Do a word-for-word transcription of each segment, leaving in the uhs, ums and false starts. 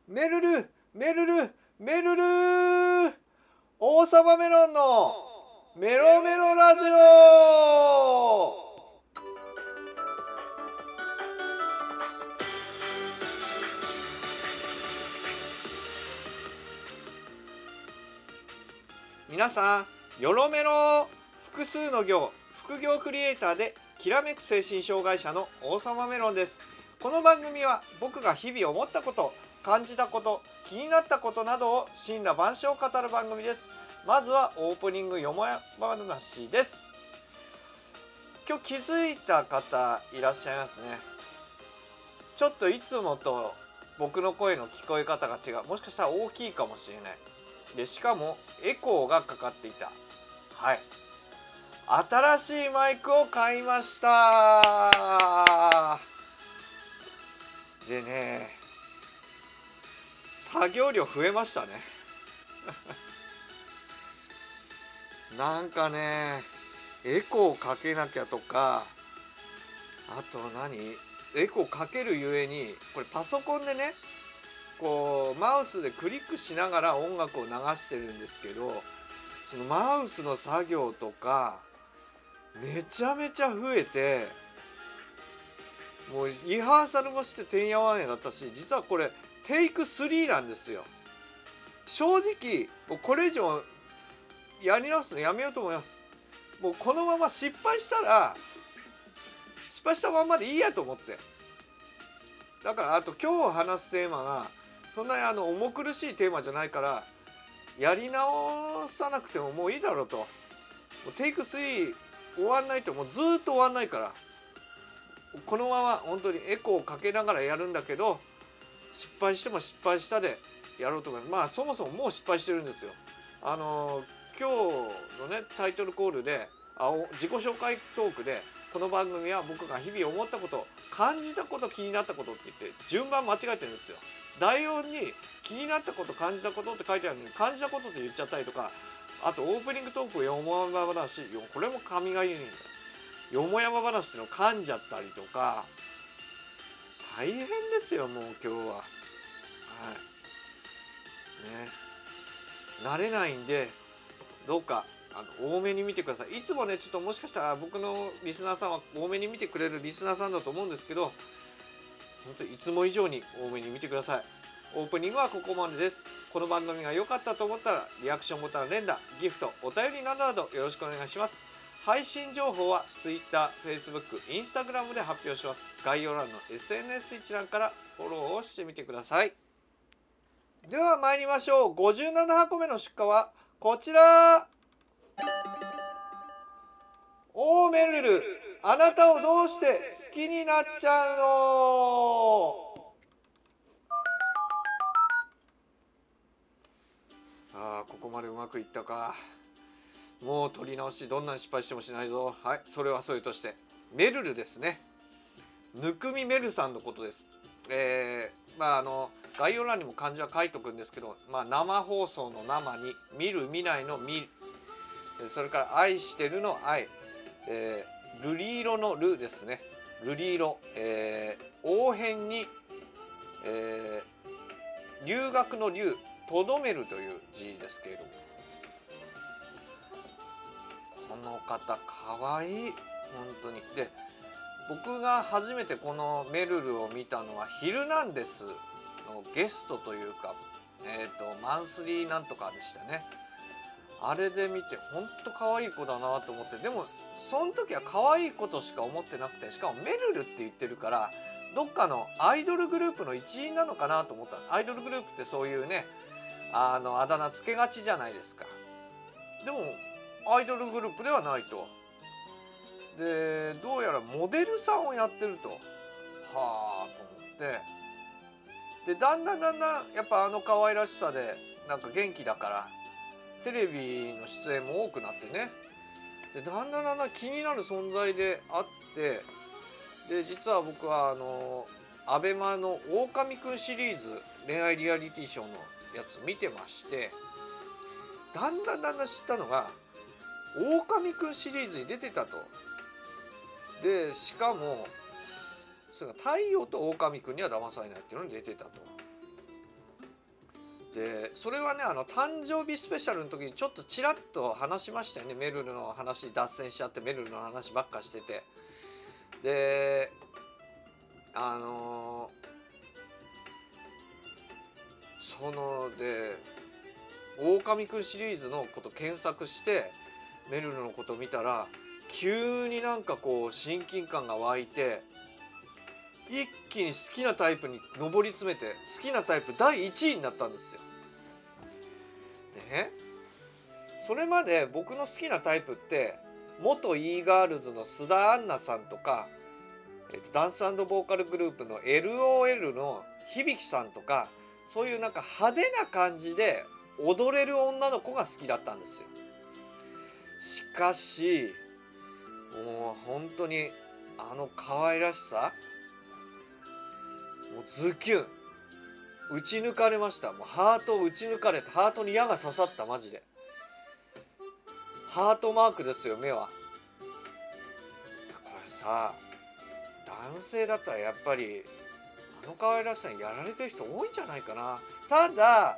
メルルメルルメルル王様メロンのメロメロラジオ。皆さんよろメロ。複数の業副業クリエイターできらめく精神障害者の王様メロンです。この番組は僕が日々思ったこと、感じたこと、気になったことなどを森羅万象語る番組です。まずはオープニングよもやま話です。今日気づいた方いらっしゃいますね。ちょっといつもと僕の声の聞こえ方が違う。もしかしたら大きいかもしれない。でしかもエコーがかかっていた。はい、新しいマイクを買いました。でね、作業量増えましたね。なんかね、エコーかけなきゃとか、あと何エコーかけるゆえに、これパソコンでね、こうマウスでクリックしながら音楽を流してるんですけど、そのマウスの作業とかめちゃめちゃ増えて、もうリハーサルもしててんやわんやだったし、実はこれテイクスリーなんですよ。正直もうこれ以上やり直すのやめようと思います。もうこのまま失敗したら失敗したまんまでいいやと思って。だからあと今日話すテーマがそんなにあの重苦しいテーマじゃないから、やり直さなくてももういいだろうと。もうテイクスリー終わんないともうずっと終わんないから、このまま本当にエコーをかけながらやるんだけど、失敗しても失敗したでやろうと思います。まあそもそももう失敗してるんですよ。あの今日のねタイトルコールで、あ自己紹介トークで、この番組は僕が日々思ったこと、感じたこと、気になったことって言って順番間違えてるんですよ。台本に気になったこと、感じたことって書いてあるのに、感じたことって言っちゃったりとか、あとオープニングトークよもやま話、これも神がいいんだよもやま話ってのを噛んじゃったりとか、大変ですよもう今日は。はいね、慣れないんでどうかあの多めに見てください。いつもねちょっともしかしたら僕のリスナーさんは多めに見てくれるリスナーさんだと思うんですけど、本当にいつも以上に多めに見てください。オープニングはここまでです。この番組が良かったと思ったらリアクションボタン、連打、ギフト、お便りなどなどよろしくお願いします。配信情報は Twitter、Facebook、Instagram で発表します。概要欄の エスエヌエス 一覧からフォローをしてみてください。では参りましょう。ごじゅうななはこめの出荷はこちら。オーメルル、あなたをどうして好きになっちゃうの。ああ、ここまでうまくいったか。もう取り直し、どんなに失敗してもしないぞ。はい、それはそれとして。メルルですね。ぬくみメルさんのことです。えー、まああの、概要欄にも漢字は書いとくんですけど、まあ生放送の生に、見る見ないの見、それから愛してるの愛、えー、瑠璃色のルですね。瑠璃色、えー、応変に、えー、留学の留、とどめるという字ですけれども、この方かわいい本当に。で、僕が初めてこのメルルを見たのは「ヒルナンデス」のゲストというか、えーとマンスリーなんとかでしたね。あれで見てほんと可愛い子だなと思って、でもその時は可愛いことしか思ってなくて、しかもメルルって言ってるからどっかのアイドルグループの一員なのかなと思った。アイドルグループってそういうね、あのあだ名つけがちじゃないですか。でもアイドルグループではないと。でどうやらモデルさんをやってると。はあと思って、でだんだんだんだんやっぱあの可愛らしさでなんか元気だからテレビの出演も多くなってね。でだんだんだんだん気になる存在であって、で実は僕はあのアベマの「オオカミくん」シリーズ、恋愛リアリティショーのやつ見てまして、だんだんだんだん知ったのがオオカミくんシリーズに出てたと。でしかもそれが太陽とオオカミくんには騙されないっていうのに出てたと。 でそれはね、あの誕生日スペシャルの時にちょっとちらっと話しましたよね。メルルの話脱線しちゃって、メルルの話ばっかしてて、であのそので狼くんシリーズのこと検索してメルルのこと見たら、急になんかこう親近感が湧いて、一気に好きなタイプに上り詰めて、好きなタイプだいいちいになったんですよ。でね、それまで僕の好きなタイプって元 e ガールズの須田アンナさんとか、ダンス&ボーカルグループの エルオーエル の響さんとか、そういうなんか派手な感じで踊れる女の子が好きだったんですよ。しかしもう本当にあの可愛らしさ、もうズキュン打ち抜かれました。もうハートを打ち抜かれて、ハートに矢が刺さった。マジでハートマークですよ、目は。これさ、男性だったらやっぱりあの可愛らしさにやられてる人多いんじゃないかな。ただ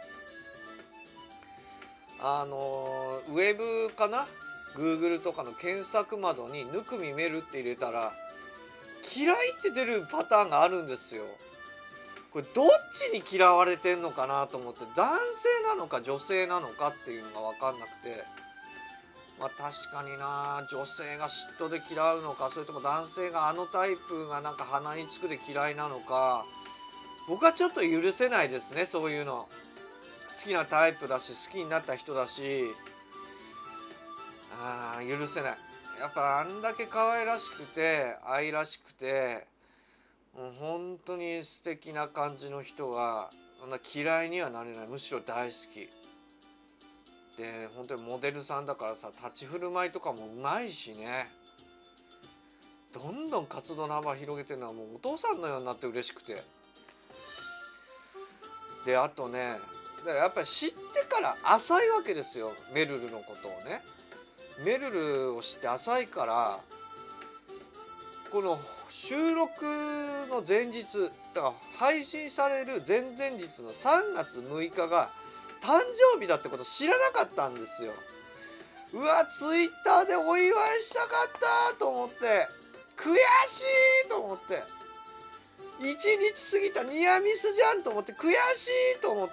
あのウェブかな、 Google とかの検索窓に「ぬくみめる」って入れたら嫌いって出るパターンがあるんですよ。これどっちに嫌われてんのかなと思って、男性なのか女性なのかっていうのが分かんなくて、まあ確かにな、女性が嫉妬で嫌うのか、それとも男性があのタイプがなんか鼻につくで嫌いなのか、僕はちょっと許せないですね、そういうの。好きなタイプだし、好きになった人だし、あー許せない。やっぱあんだけ可愛らしくて愛らしくて、もう本当に素敵な感じの人がそんな嫌いにはなれない。むしろ大好きで、本当にモデルさんだからさ、立ち振る舞いとかもうまいしね、どんどん活動の幅広げてるのはもうお父さんのようになって嬉しくて。であとね、だからやっぱり知ってから浅いわけですよ、メルルのことをね。メルルを知って浅いから、この収録の前日だから配信される前々日のさんがつむいかが誕生日だってこと知らなかったんですよ。うわ、ツイッターでお祝いしたかったと思って、悔しいと思って、いちにち過ぎたニアミスじゃんと思って、悔しいと思って、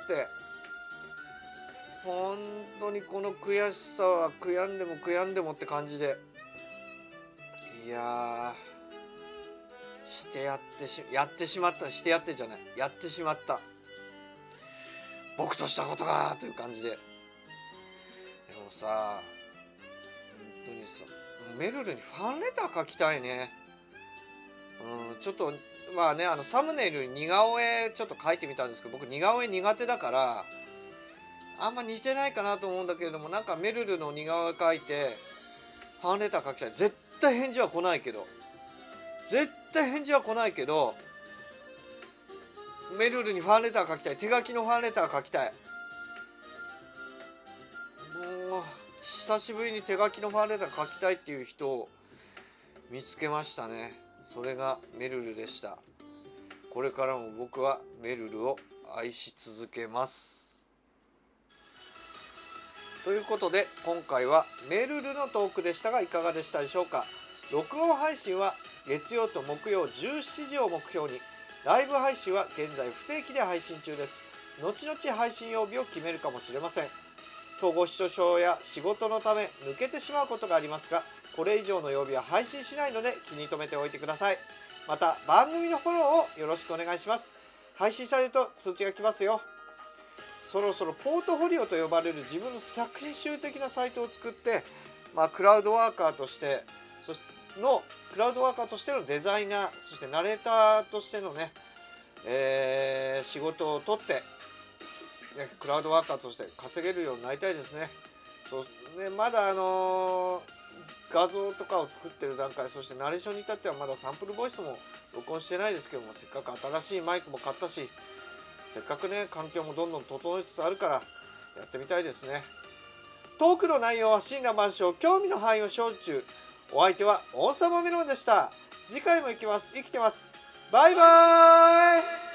本当にこの悔しさは悔やんでも悔やんでもって感じで、いやーしてやってしやってしまった、してやってじゃないやってしまった、僕としたことがという感じで。でもさ、本当にさ、メルルにファンレター書きたいね。うん、ちょっとまあね、あのサムネイルに似顔絵ちょっと描いてみたんですけど、僕似顔絵苦手だからあんま似てないかなと思うんだけれども、なんかメルルの似顔絵描いてファンレター書きたい。絶対返事は来ないけど絶対返事は来ないけどメルルにファンレター書きたい。手書きのファンレター書きたい。もう久しぶりに手書きのファンレター書きたいっていう人を見つけましたね。それがメルルでした。これからも僕はメルルを愛し続けます。ということで今回はメルルのトークでしたが、いかがでしたでしょうか。録音配信は月曜と木曜じゅうしちじを目標に、ライブ配信は現在不定期で配信中です。後々配信曜日を決めるかもしれません。統合失調症や仕事のため抜けてしまうことがありますが、これ以上の曜日は配信しないので気に留めておいてください。また番組のフォローをよろしくお願いします。配信されると通知が来ますよ。そろそろポートフォリオと呼ばれる自分の作詞的なサイトを作って、まあ、クラウドワーカーとしてそのクラウドワーカーとしてのデザイナー、そしてナレーターとしてのね、えー、仕事を取って、ね、クラウドワーカーとして稼げるようになりたいですね。そうね、まだあのー画像とかを作ってる段階、そしてナレーションに至ってはまだサンプルボイスも録音してないですけども、せっかく新しいマイクも買ったし、せっかくね環境もどんどん整えつつあるからやってみたいですね。トークの内容は森羅万象、興味の範囲を小中。お相手は王様メロンでした。次回も行きます。生きてます。バイバーイ。